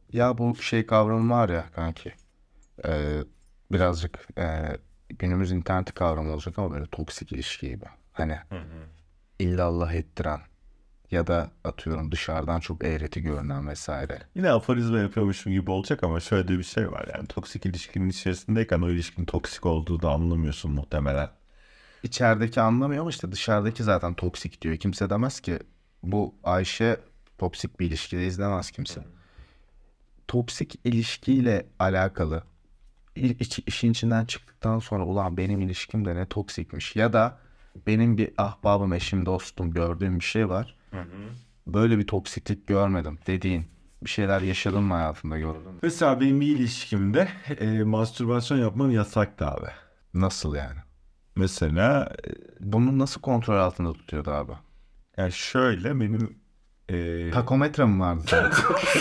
Ya bu şey kavramı var ya kanki. Ee, birazcık günümüz interneti kavramı olacak ama böyle toksik ilişki gibi. Hani Hı hı. illallah ettiren ya da atıyorum dışarıdan çok eğreti görünen vesaire. Yine aforizma yapıyormuşum gibi olacak ama şöyle bir şey var. Yani toksik ilişkinin içerisindeyken o ilişkinin toksik olduğunu da anlamıyorsun muhtemelen. İçerideki anlamıyor ama işte dışarıdaki zaten toksik diyor. Kimse demez ki bu Ayşe toksik bir ilişkide izlemez kimse. Toksik ilişkiyle alakalı işin içinden çıktıktan sonra ulan benim ilişkim de ne toksikmiş ya da benim bir ahbabım, eşim, dostum gördüğüm bir şey var. Hı hı. Böyle bir toksiklik görmedim dediğin bir şeyler yaşadın mı hayatında gördün mü? Mesela benim bir ilişkimde mastürbasyon yapmam yasaktı abi. Nasıl yani? Mesela Bunu nasıl kontrol altında tutuyordu abi? yani şöyle benim Takometre mi vardı senin?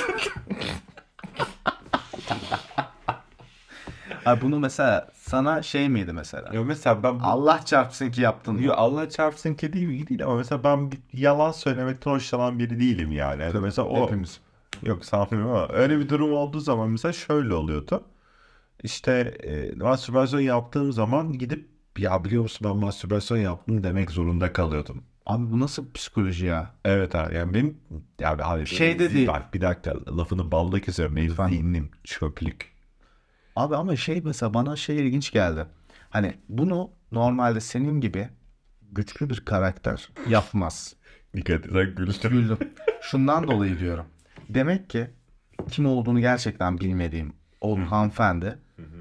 Abi bunu mesela sana şey miydi mesela? ya mesela ben bu Allah çarpsın ki yaptın yo, mı? Allah çarpsın ki değil ama mesela ben bir yalan söylemekten hoşlanan biri değilim yani. Yani Tabii, mesela o hepimiz. yok sanmıyorum ama öyle bir durum olduğu zaman mesela şöyle oluyordu. İşte mastürbasyon yaptığım zaman gidip ya biliyor musun ben mastürbasyon yaptım demek zorunda kalıyordum. Abi bu nasıl psikoloji ya? Evet abi yani benim yani abi Şey benim dedi bak bir dakika lafını balla kesiyorum. Benim lütfen. zihnim çöplük. Abi ama şey mesela bana şey ilginç geldi. Hani bunu normalde senin gibi güçlü bir karakter yapmaz. Dikkat et sen gülüştür. Güldüm. Şundan dolayı diyorum. Demek ki kim olduğunu gerçekten bilmediğim o hanımefendi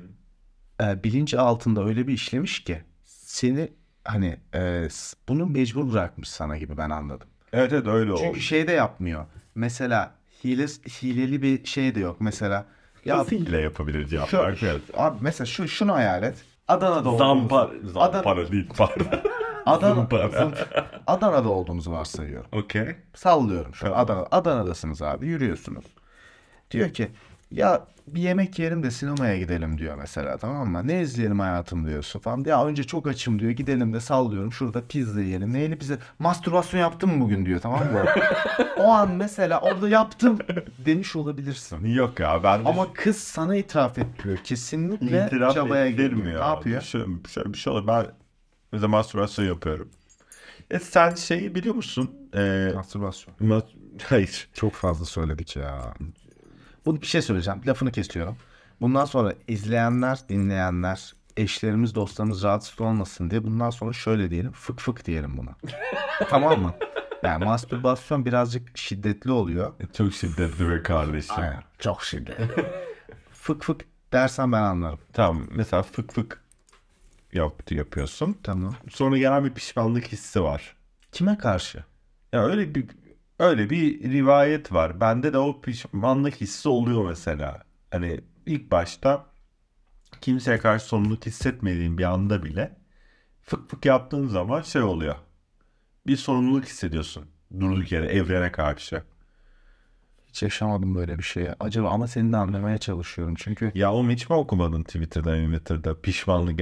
bilinci altında öyle bir işlemiş ki seni hani bunu mecbur bırakmış sana gibi ben anladım. Evet evet öyle Çünkü oldu. şey de yapmıyor. Mesela hileli bir şey de yok. Mesela ya Nasıl hile yapabilir cevap şu, ver. abi mesela şunu hayal et. Adana'da olduğumuzu. Adana, Zampara değil pardon. Adana, Zımpara. Adana'da olduğumuzu varsayıyorum. Okey. Sallıyorum şu an. Tamam. Adana'dasınız abi. Yürüyorsunuz. Diyor ki ya bir yemek yiyelim de sinemaya gidelim diyor mesela, tamam mı? Ne izleyelim hayatım diyorsun falan. Ya önce çok açım diyor. Gidelim de sallıyorum. Şurada pizza yiyelim. Neyli pizza? Mastürbasyon yaptın mı bugün diyor, tamam mı? O an mesela orada yaptım demiş olabilirsin. Yok ya ben de Ama kız sana itiraf ettiriyor. Kesinlikle itiraf çabaya girmiyor. ettirmiyor Ne abi. yapıyor? Şöyle bir şey olur. Ben mesela mastürbasyon yapıyorum. Sen şeyi biliyor musun? Mastürbasyon. Hayır. Çok fazla söyledik ya. Bu bir şey söyleyeceğim. Lafını kesiyorum. Bundan sonra izleyenler, dinleyenler, eşlerimiz, dostlarımız rahatsız olmasın diye bundan sonra şöyle diyelim. Fık fık diyelim buna. Tamam mı? Yani mastürbasyon birazcık şiddetli oluyor. Çok şiddetli bir kardeşim. Aynen. Çok şiddetli. Fık fık dersen ben anlarım. Tamam mesela fık fık yapıyorsun. Tamam. Sonra gelen bir pişmanlık hissi var. Kime karşı? Ya öyle bir rivayet var. Bende de o pişmanlık hissi oluyor mesela. Hani ilk başta kimseye karşı sorumluluk hissetmediğin bir anda bile fık fık yaptığın zaman şey oluyor. Bir sorumluluk hissediyorsun. Durduk yere evrene karşı. Hiç yaşamadım böyle bir şeyi. Acaba ama seni de anlamaya çalışıyorum. Çünkü Ya oğlum hiç mi okumadın Twitter'da pişmanlık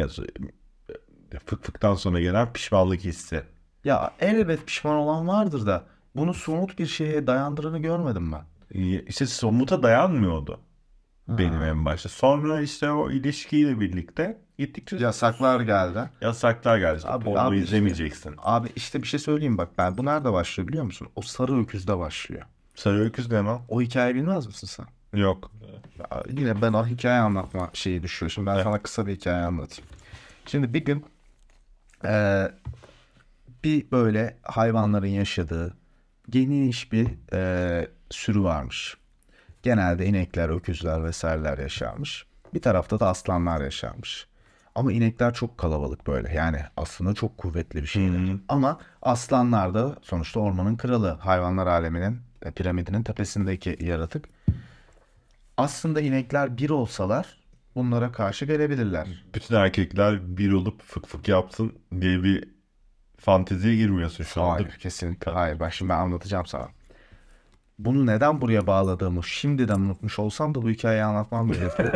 fık fıktan sonra gelen pişmanlık hissi. ya elbet pişman olan vardır da bunu somut bir şeye dayandığını görmedim ben. İşte somuta dayanmıyordu benim Ha. en başta. Sonra işte o ilişkiyle birlikte gittikçe Yasaklar geldi. yasaklar geldi. İşte porno Abi işte, izlemeyeceksin. abi işte bir şey söyleyeyim bak, ben bu nerede başlıyor biliyor musun? O sarı öküzde başlıyor. Sarı öküz ne lan? O hikayeyi bilmez misin sen? Yok. Ya yine ben o hikaye anlatma şeyi düşüyor. Şimdi ben Eh, sana kısa bir hikaye anlatayım. Şimdi bir gün eee, bir böyle hayvanların yaşadığı geniş bir sürü varmış. Genelde inekler, öküzler vesaireler yaşarmış. Bir tarafta da aslanlar yaşarmış. Ama inekler çok kalabalık böyle. Yani aslında çok kuvvetli bir şeyler. hı. Ama aslanlar da sonuçta ormanın kralı. Hayvanlar aleminin piramidinin tepesindeki yaratık. Aslında inekler bir olsalar bunlara karşı gelebilirler. Bütün erkekler bir olup fık fık yapsın diye bir fanteziye girmiyorsun şu anda. Hayır, kesinlikle hayır. Bak şimdi ben anlatacağım sana. Bunu neden buraya bağladığımı şimdiden unutmuş olsam da bu hikayeyi anlatmam gerekiyor.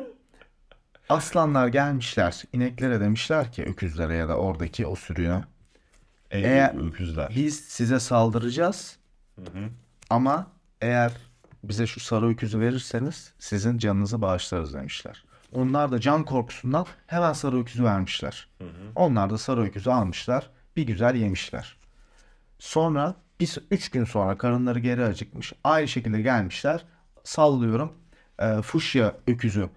Aslanlar gelmişler, ineklere demişler ki, öküzlere ya da oradaki o sürüye. Ey Eğer öküzler. biz size saldıracağız Hı hı. ama eğer bize şu sarı öküzü verirseniz sizin canınızı bağışlarız demişler. Onlar da can korkusundan hemen sarı öküzü vermişler. Onlar da sarı öküzü almışlar. Bir güzel yemişler. Sonra 3 gün sonra karınları geri acıkmış. Aynı şekilde gelmişler. Sallıyorum. Fuşya öküzü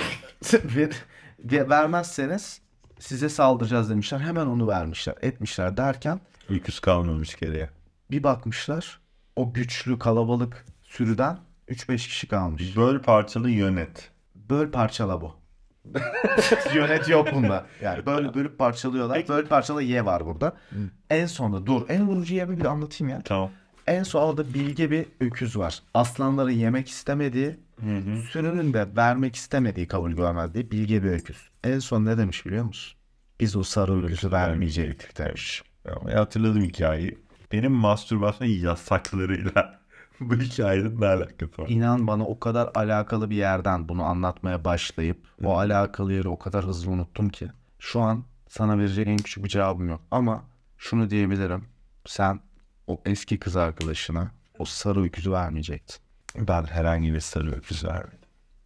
vermezseniz size saldıracağız demişler. Hemen onu vermişler. Etmişler derken Öküz kalmamış geriye. bir bakmışlar. O güçlü kalabalık sürüden 3-5 kişi kalmış. Böl parçalı yönet. Böl parçala bu. Yönet yok bunda. Yani bölüp parçalıyorlar. Böl parçala ye var burada. En sonunda en vurucu yemi bir de anlatayım ya. Tamam. En sonunda bilge bir öküz var. Aslanları yemek istemediği, sürünün de vermek istemediği, kabul görmediği bilge bir öküz. En son ne demiş biliyor musun? Biz o sarı öküzü vermeyecektik demiş. Hatırladım hikayeyi. Benim mastürbasyon yasaklarıyla bu hikayenin ne alakası var? İnan bana o kadar alakalı bir yerden bunu anlatmaya başlayıp o alakalı yeri o kadar hızlı unuttum ki. Şu an sana verecek en küçük bir cevabım yok. Ama şunu diyebilirim. Sen o eski kız arkadaşına o sarı öküzü vermeyecektin. Ben herhangi bir sarı öküz vermedim.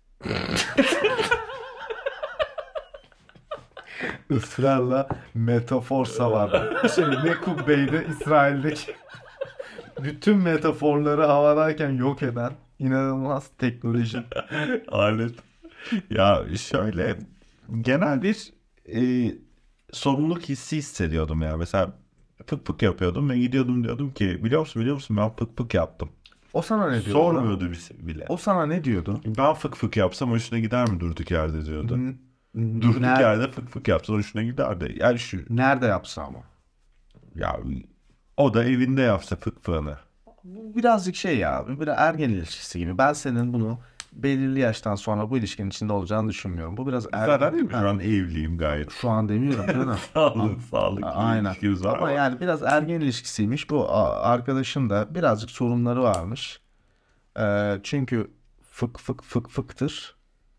Israrla metafor savar. Nekub Bey'de İsrail'deki bütün metaforları havadayken yok eden inanılmaz teknoloji. Alet. Ya şöyle genel bir sorumluluk hissi hissediyordum ya. Mesela fık fık yapıyordum ve gidiyordum diyordum ki biliyor musun ben fık fık yaptım. O sana ne diyordu? Sormuyordu bile. O sana ne diyordu? Ben fık fık yapsam hoşuna gider mi durduk yerde diyordu. Durduk yerde fık fık yapsa hoşuna giderdi. Yani Nerede yapsa ama? ya o da evinde yapsa fık fığını. Bu birazcık şey ya. Biraz ergen ilişkisi gibi. Ben senin bunu belirli yaştan sonra bu ilişkinin içinde olacağını düşünmüyorum. Bu biraz Zaten değil mi? Şu an evliyim gayet. Şu an demiyorum değil mi? Sağlıklı Aynen. ilişkimiz var Ama yani biraz ergen ilişkisiymiş. Bu arkadaşın da birazcık sorunları varmış. Çünkü fık fık fık fıktır.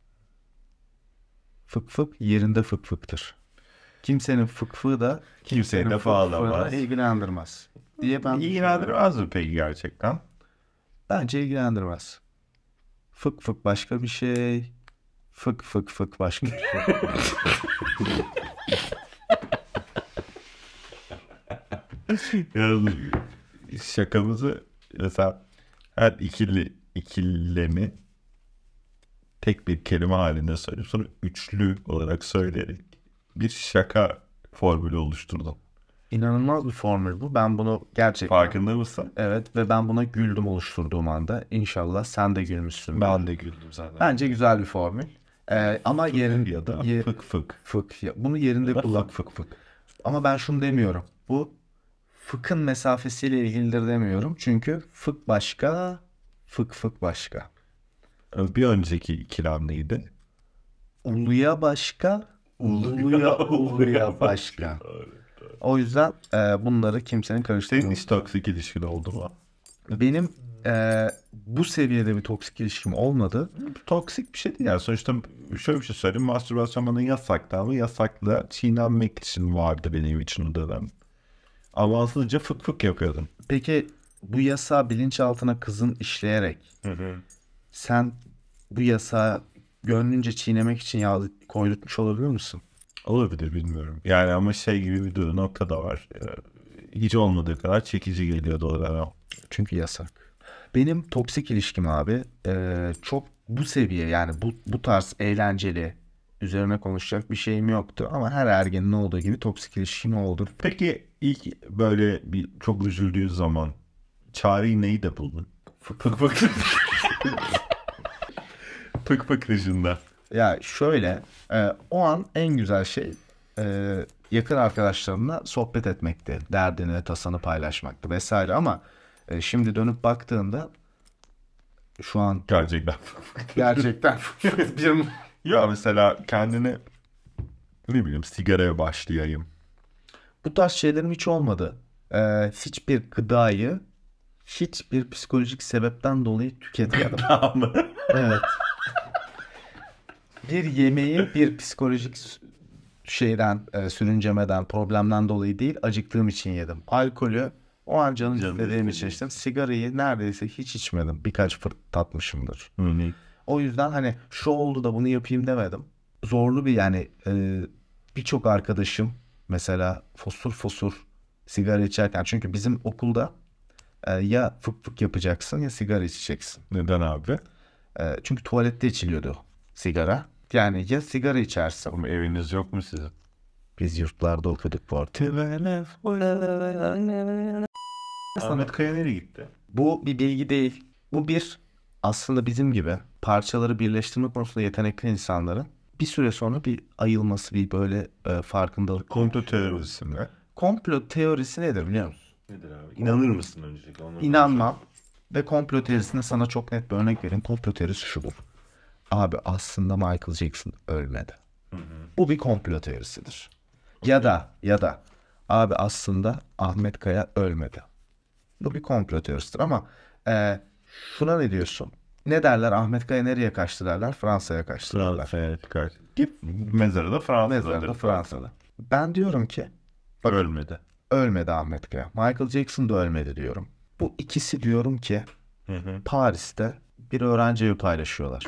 Fık fık yerinde fık fıktır. Kimsenin fık fığı da Kimseyi de fık fığına bağlamaz. ilgilendirmez diye ben İlgilendirmez mi peki gerçekten? bence ilgilendirmez. Fık fık başka bir şey. Fık fık fık başka bir şey. Yani şakamızı mesela her ikilemi tek bir kelime halinde söyleyip sonra üçlü olarak söyleyerek bir şaka formülü oluşturdum. İnanılmaz bir formül bu. Ben bunu gerçekten... Farkında mısın? Evet ve ben buna güldüm oluşturduğum anda. İnşallah sen de gülmüşsün. Ben de güldüm zaten. Bence güzel bir formül. Ama yerin Ya da fık fık. fık. Bunu yerinde kullan. Fık fık. Ama ben şunu demiyorum. Bu fıkın mesafesiyle ilgilidir demiyorum. Çünkü fık başka, fık fık başka. Bir önceki ikilem neydi? Uluya başka, uluya başka. O yüzden bunları kimsenin Senin karıştırmaması. hiç toksik ilişkin oldu mu? Benim bu seviyede bir toksik ilişkim olmadı. Toksik bir şey değil yani. Sonuçta şöyle bir şey söyleyeyim. Mastürbasyon bana yasaktı ama yasakla çiğnenmek için vardı benim için o dönem. Avansızca fık fık yapıyordum. Peki bu yasağı bilinçaltına kızın işleyerek sen bu yasağı gönlünce çiğnemek için koydurtmuş olabilir misin? Olabilir bilmiyorum. Yani ama şey gibi bir nokta da var. Hiç olmadığı kadar çekici geliyordu o dönem. Çünkü yasak. Benim toksik ilişkim abi çok bu seviye yani bu tarz eğlenceli üzerine konuşacak bir şeyim yoktu. Ama her ergenin olduğu gibi toksik ilişkim oldu. Peki ilk böyle bir çok üzüldüğün zaman çareyi neyi de buldun? Fık fık. Fık fık dışında. Ya şöyle o an en güzel şey yakın arkadaşlarımla sohbet etmekti. Derdini, tasanı paylaşmaktı vesaire ama şimdi dönüp baktığında şu an Gerçekten. gerçekten bir Ya mesela kendini ne bileyim sigaraya başlayayım. bu tarz şeylerim hiç olmadı. Hiçbir gıdayı hiçbir psikolojik sebepten dolayı tüketmedim. Tamam. Evet. Bir yemeği bir psikolojik şeyden, sürüncemeden, problemden dolayı değil, acıktığım için yedim. Alkolü O an canım Canım istediğim istediği. için içtim. Sigarayı neredeyse hiç içmedim. Birkaç fırt tatmışımdır. Hı. O yüzden hani şu oldu da bunu yapayım demedim. Zorlu bir yani birçok arkadaşım mesela fosur fosur sigara içerken, çünkü bizim okulda ya fık fık yapacaksın ya sigara içeceksin. Neden abi? Çünkü tuvalette içiliyordu sigara. Yani ya sigara içersin. Ama eviniz yok mu sizin? Biz yurtlarda okuduk bu arada. Ahmet Kaya nereye gitti? Bu bir bilgi değil. Bu bir, aslında bizim gibi parçaları birleştirme konusunda yetenekli insanların bir süre sonra bir ayılması, bir böyle farkındalık. Komplo teorisi mi? Komplo teorisi nedir biliyor musun? Nedir abi? İnanır mısın öncelikle? Onu İnanmam. Ve komplo teorisine sana çok net bir örnek vereyim. Komplo teorisi şudur. Abi aslında Michael Jackson ölmedi. Bu bir komplo teorisidir. Ya da abi aslında Ahmet Kaya ölmedi. Bu bir komplo teorisidir ama şuna ne diyorsun? Ne derler? Ahmet Kaya nereye kaçtı derler? Fransa'ya kaçtı derler. Fransa'ya çıkar. Git mezarı da Fransa'dadır. Mezarda Fransa'da. Ben diyorum ki Ölmedi. ölmedi Ahmet Kaya. Michael Jackson da ölmedi diyorum. Bu ikisi diyorum ki Paris'te bir öğrenci evi paylaşıyorlar.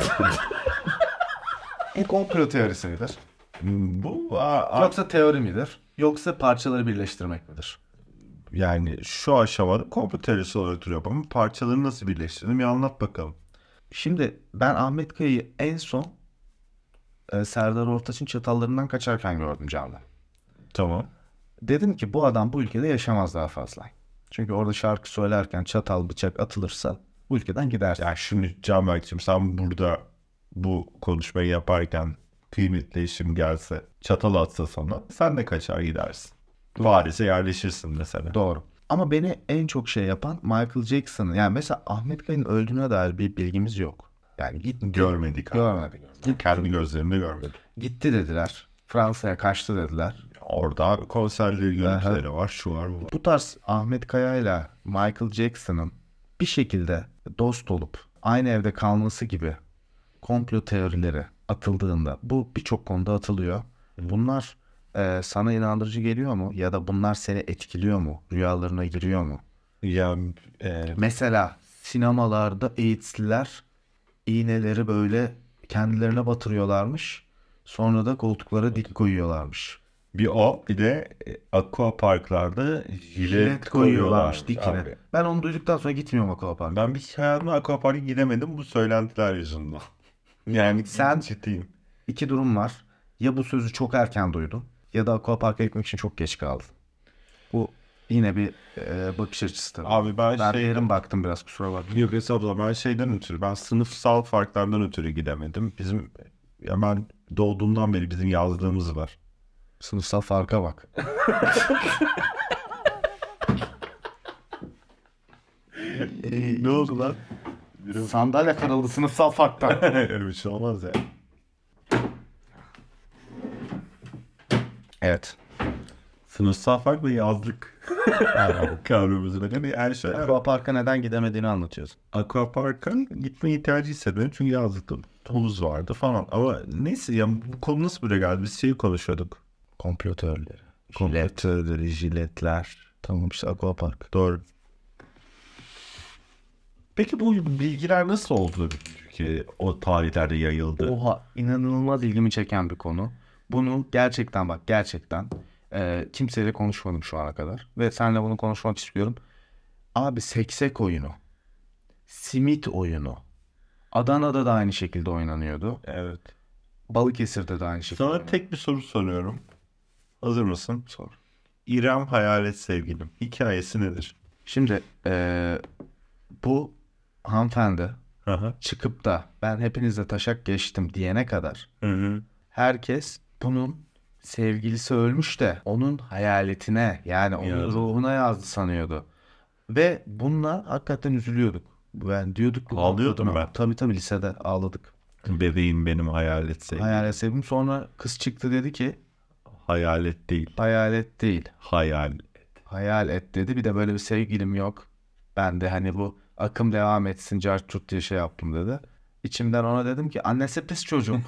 Bu komplo teorisi midir? Bu Yoksa teori midir? Yoksa parçaları birleştirmek midir? yani şu aşamada komplo teorisi olarak duruyor ama parçaları nasıl birleştirdim ya anlat bakalım. Şimdi ben Ahmet Kaya'yı en son Serdar Ortaç'ın Çatallarından kaçarken gördüm canlı. Tamam. Dedim ki bu adam bu ülkede yaşamaz daha fazla. Çünkü orada şarkı söylerken çatal bıçak atılırsa bu ülkeden gider. Ya şimdi Canberk'cim sen burada bu konuşmayı yaparken kıymetli eşim gelse çatal atsa sana sen de kaçar gidersin. Paris'e yerleşirsin mesela. Doğru. Ama beni en çok şey yapan Michael Jackson'ın. Yani mesela Ahmet Kaya'nın öldüğüne dair bir bilgimiz yok. Yani Görmedik abi. görmedik. Kendi gözlerimle görmedim. Gitti dediler. Fransa'ya kaçtı dediler. Orada konserleri, görüntüleri var, şu var, bu var. Bu tarz Ahmet Kaya ile Michael Jackson'ın bir şekilde dost olup aynı evde kalması gibi komplo teorileri atıldığında, bu birçok konuda atılıyor. Bunlar sana inandırıcı geliyor mu? Ya da bunlar seni etkiliyor mu? Rüyalarına giriyor mu? Ya Mesela sinemalarda AIDS'liler iğneleri böyle kendilerine batırıyorlarmış. Sonra da koltuklara dik koyuyorlarmış. bir o bir de aqua parklarda jilet koyuyorlarmış koyuyorlarmış dikine. abi. Ben onu duyduktan sonra gitmiyorum aquaparka. Ben bir hayatımda aqua parka gidemedim bu söylentiler yüzünden. Yani Sen- ciddiyim. İki durum var. Ya bu sözü çok erken duydun ya da aquaparka gitmek için çok geç kaldın. Bu yine bir bakış açısı tabii. Abi ben derin baktım biraz, kusura bakma. Yok hesapla ben şeyden ötürü ben sınıfsal farklardan ötürü gidemedim. Bizim ya ben doğduğumdan beri bizim yazdığımız var. Sınıfsal farka bak. Ne oldu lan? Sandalye kırıldı sınıfsal farktan. Öyle bir şey olmaz ya. Evet. Sınıfsal farkla yazdık. Kavramımızın hani her şey. Aquaparka neden gidemediğini anlatıyorsun. Aquapark'a gitme ihtiyacı hissetmedim çünkü yazlıktım. Havuz vardı falan. Ama neyse ya bu konu nasıl buraya geldi? Biz şeyi konuşuyorduk. Komplo teorileri. Kompletörleri, jiletler. Tamam işte aquapark. Doğru. Peki bu bilgiler nasıl oldu ki o tarihlerde yayıldı? Oha, inanılmaz ilgimi çeken bir konu. Bunu gerçekten kimseyle konuşmadım şu ana kadar. Ve seninle bunu konuşmak istiyorum. Abi seksek oyunu. Simit oyunu. Adana'da da aynı şekilde oynanıyordu. Evet. Balıkesir'de de aynı şekilde. Sana tek bir soru soruyorum. Hazır mısın? Sor. İrem Hayalet Sevgilim. Hikayesi nedir? Şimdi bu hanımefendi Hı hı. çıkıp da ben hepinizle taşak geçtim diyene kadar Hı hı. herkes bunun sevgilisi ölmüş de onun hayaletine, yani onun Yazdı. ruhuna yazdı sanıyordu. Ve bununla hakikaten üzülüyorduk. Ben diyorduk ki Ağlıyordum kadına- ben. Tabii lisede ağladık. Bebeğim benim hayalet sevgilim. Hayalet sevdim. Sonra kız çıktı dedi ki Hayalet değil. hayalet değil. Hayal. Hayal et dedi. Bir de böyle bir sevgilim yok. Ben de hani bu akım devam etsin cartçut diye şey yaptım dedi. İçimden ona dedim ki annesi pis çocuk.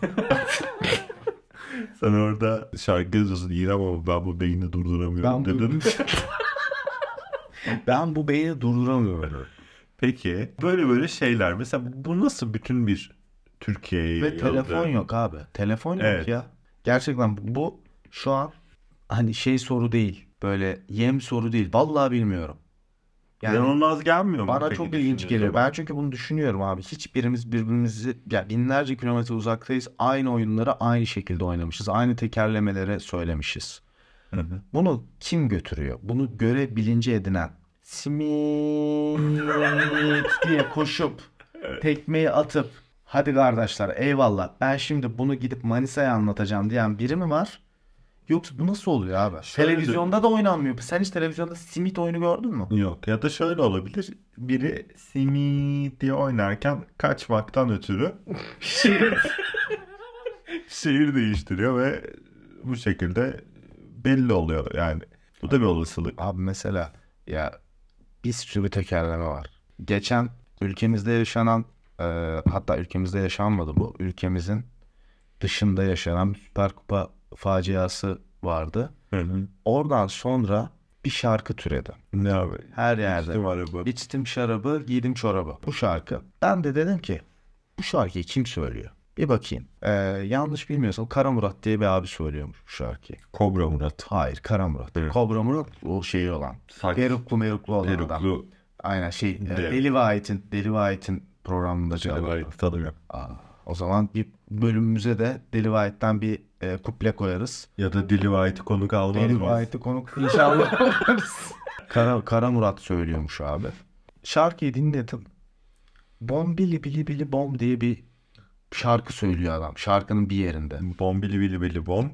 Sen orada şarkı yazıyorsun İrem ama ben bu beyni durduramıyorum Ben bu- dedin. Ben bu beyni durduramıyorum. Peki böyle şeyler. Mesela bu nasıl bütün bir Türkiye'ye Ve telefon yayıldı? yok abi. Telefon yok Evet. ya. Gerçekten bu şu an hani şey soru değil. Böyle yem soru değil. Vallahi bilmiyorum. Yani İnanılmaz gelmiyor mu bana peki çok ilginç düşündüğün geliyor. zaman? Ben çünkü bunu düşünüyorum abi. Hiçbirimiz birbirimizi ya binlerce kilometre uzaktayız. Aynı oyunları aynı şekilde oynamışız. Aynı tekerlemelere söylemişiz. Hı hı. Bunu kim götürüyor? Bunu görebilince edinen simit diye koşup tekmeyi atıp hadi kardeşler eyvallah ben şimdi bunu gidip Manisa'ya anlatacağım diyen biri mi var? Yoksa bu nasıl oluyor abi? Şöyle Televizyonda da oynanmıyor. Sen hiç televizyonda simit oyunu gördün mü? Yok ya da şöyle olabilir. Biri simit diye oynarken kaçmaktan ötürü şehir değiştiriyor ve bu şekilde belli oluyor yani. Bu da bir olasılık. Abi mesela ya bir sürü tekerleme var. Geçen ülkemizde yaşanan e, hatta ülkemizde yaşanmadı bu. Ülkemizin dışında yaşanan bir Süper Kupa faciası vardı. Hı hı. Oradan sonra bir şarkı türedi. Ne abi? Her yerde. İçtim araba. İçtim şarabı, giydim çorabı. Bu şarkı. Ben de dedim ki bu şarkıyı kim söylüyor? Bir bakayım. Yanlış bilmiyorsam Kara Murat diye bir abi söylüyormuş bu şarkıyı. Kobra Murat. Hayır Kara Murat. Evet. Kobra Murat o şeyi olan. Saç. Peruklu meruklu olan adam. Peruklu. Aynen Evet. Deli ve Ait'in programında çalıyor. Evet, tanımıyorum. O zaman bir bölümümüze de Deli ve Ait'ten bir kuple koyarız. Ya da Dili ve Ait'i konuk almaz Deli ve mıyız? Ait'i konuk inşallah yaparız. Kara Murat söylüyormuş abi. Şarkıyı dinledim. Bombili bili bili bom diye bir şarkı söylüyor adam. Şarkının bir yerinde. Bombili bili bili bom.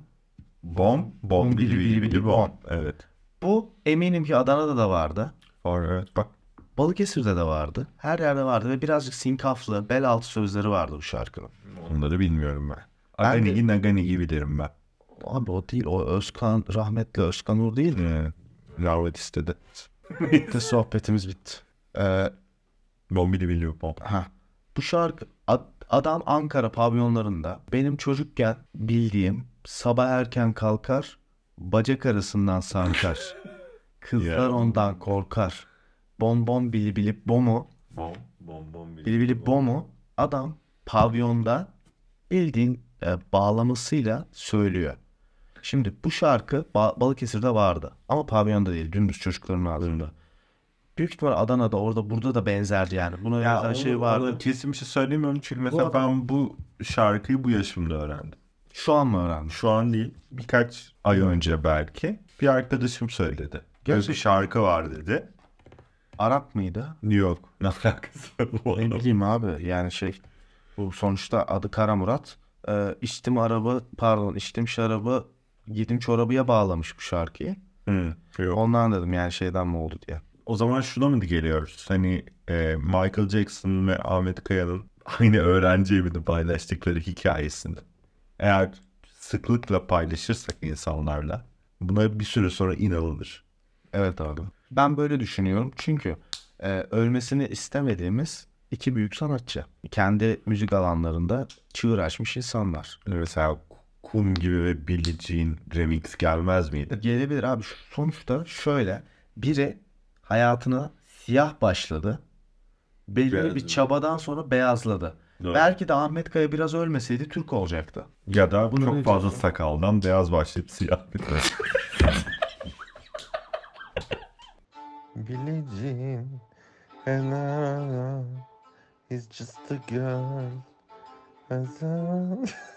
Bom bili bili bili bom. Evet. Bu eminim ki Adana'da da vardı. Var evet bak. Balıkesir'de de vardı. Her yerde vardı ve birazcık sinkaflı, bel altı sözleri vardı bu şarkının. Onları bilmiyorum ben. Ben de- Agani'yi Nagani'yi bilirim ben. Abi o değil. O rahmetli Özkan Uğur değil mi? Rahmet istedi. Bitti sohbetimiz bitti. Bombili bili bom. Bu şarkı adam Ankara pavyonlarında benim çocukken bildiğim sabah erken kalkar bacak arasından sarkar. Kızlar Ya. ondan korkar. Bonbon bili bili bomu Bom bili bili bomu adam pavyonda bildiğin bağlamasıyla söylüyor. Şimdi bu şarkı Balıkesir'de vardı ama pavyonda değil dümdüz çocukların ağzında. Büyük ihtimal Adana'da orada burada da benzerdi yani. Buna Ya benzer şey vardı. kesin bir şey söylemiyorum çünkü mesela adam- ben bu şarkıyı bu yaşımda öğrendim. Şu an mı öğrendin? Şu an değil, birkaç ay önce belki bir arkadaşım söyledi. Böyle Gerçekten. bir şarkı var dedi. Arap mıydı? Yok. Ne alakası var bu Ne adamın? bileyim abi yani bu sonuçta adı Kara Murat. İçtim şarabı yedim çorabıya bağlamış bu şarkıyı. Hı, yok. Ondan dedim yani şeyden mi oldu diye. O zaman şuna mı geliyoruz? Hani Michael Jackson ve Ahmet Kaya'nın aynı öğrenci evini paylaştıkları hikayesini. Eğer sıklıkla paylaşırsak insanlarla buna bir süre sonra inanılır. Evet abi. Ben böyle düşünüyorum çünkü ölmesini istemediğimiz iki büyük sanatçı. Kendi müzik alanlarında çığır açmış insanlar. Mesela Kum gibi ve Billie Jean remix gelmez miydi? Gelebilir abi. Sonuçta şöyle biri hayatına siyah başladı. Belli bir Beyazladı. çabadan sonra beyazladı. Doğru. Belki de Ahmet Kaya biraz ölmeseydi Türk olacaktı. Ya da Bunu çok ne fazla diyorsun? sakaldan beyaz başlayıp siyah bir Billie Jean and I is just a girl.